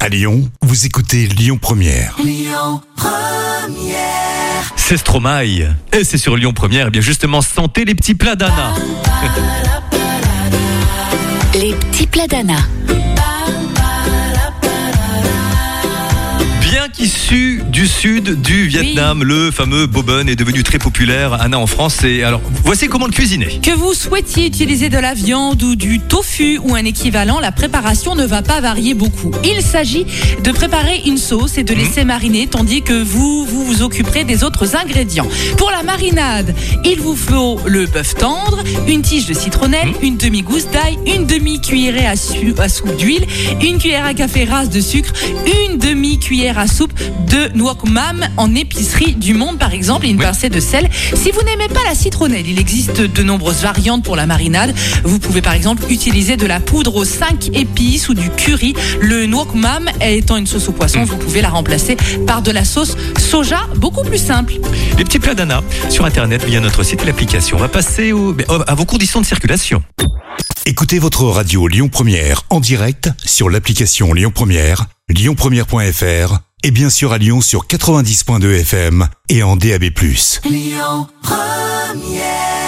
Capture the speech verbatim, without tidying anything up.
À Lyon, vous écoutez Lyon Première. Lyon Première. C'est Stromae. Et c'est sur Lyon Première. Et bien justement, santé les petits plats d'Anna. Les petits plats d'Anna. Bien qu'issu du sud du Vietnam, oui. Le fameux boben est devenu très populaire. Anna en France. Et alors, voici comment le cuisiner. Que vous souhaitiez utiliser de la viande ou du tofu ou un équivalent, la préparation ne va pas varier beaucoup. Il s'agit de préparer une sauce et de laisser mmh. mariner, tandis que vous, vous vous occuperez des autres ingrédients. Pour la marinade, il vous faut le bœuf tendre, une tige de citronnelle, mmh. une demi-gousse d'ail, une demi-cuillerée à, su- à soupe d'huile, une cuillère à café rase de sucre, une demi-cuillère à soupe de noix mam en épicerie du Monde par exemple et une oui. pincée de sel. Si vous n'aimez pas la citronnelle, il existe de nombreuses variantes pour la marinade. Vous pouvez par exemple utiliser de la poudre aux cinq épices ou du curry. Le noix mam étant une sauce au poisson, mmh. vous pouvez la remplacer par de la sauce soja, beaucoup plus simple. Les petits plats d'Anna sur internet via notre site et l'application. On va passer au, à vos conditions de circulation. Écoutez votre radio Lyon Première en direct sur l'application Lyon Première, lyon première point f r et bien sûr à Lyon sur quatre-vingt-dix virgule deux F M et en D A B plus. Lyon Première.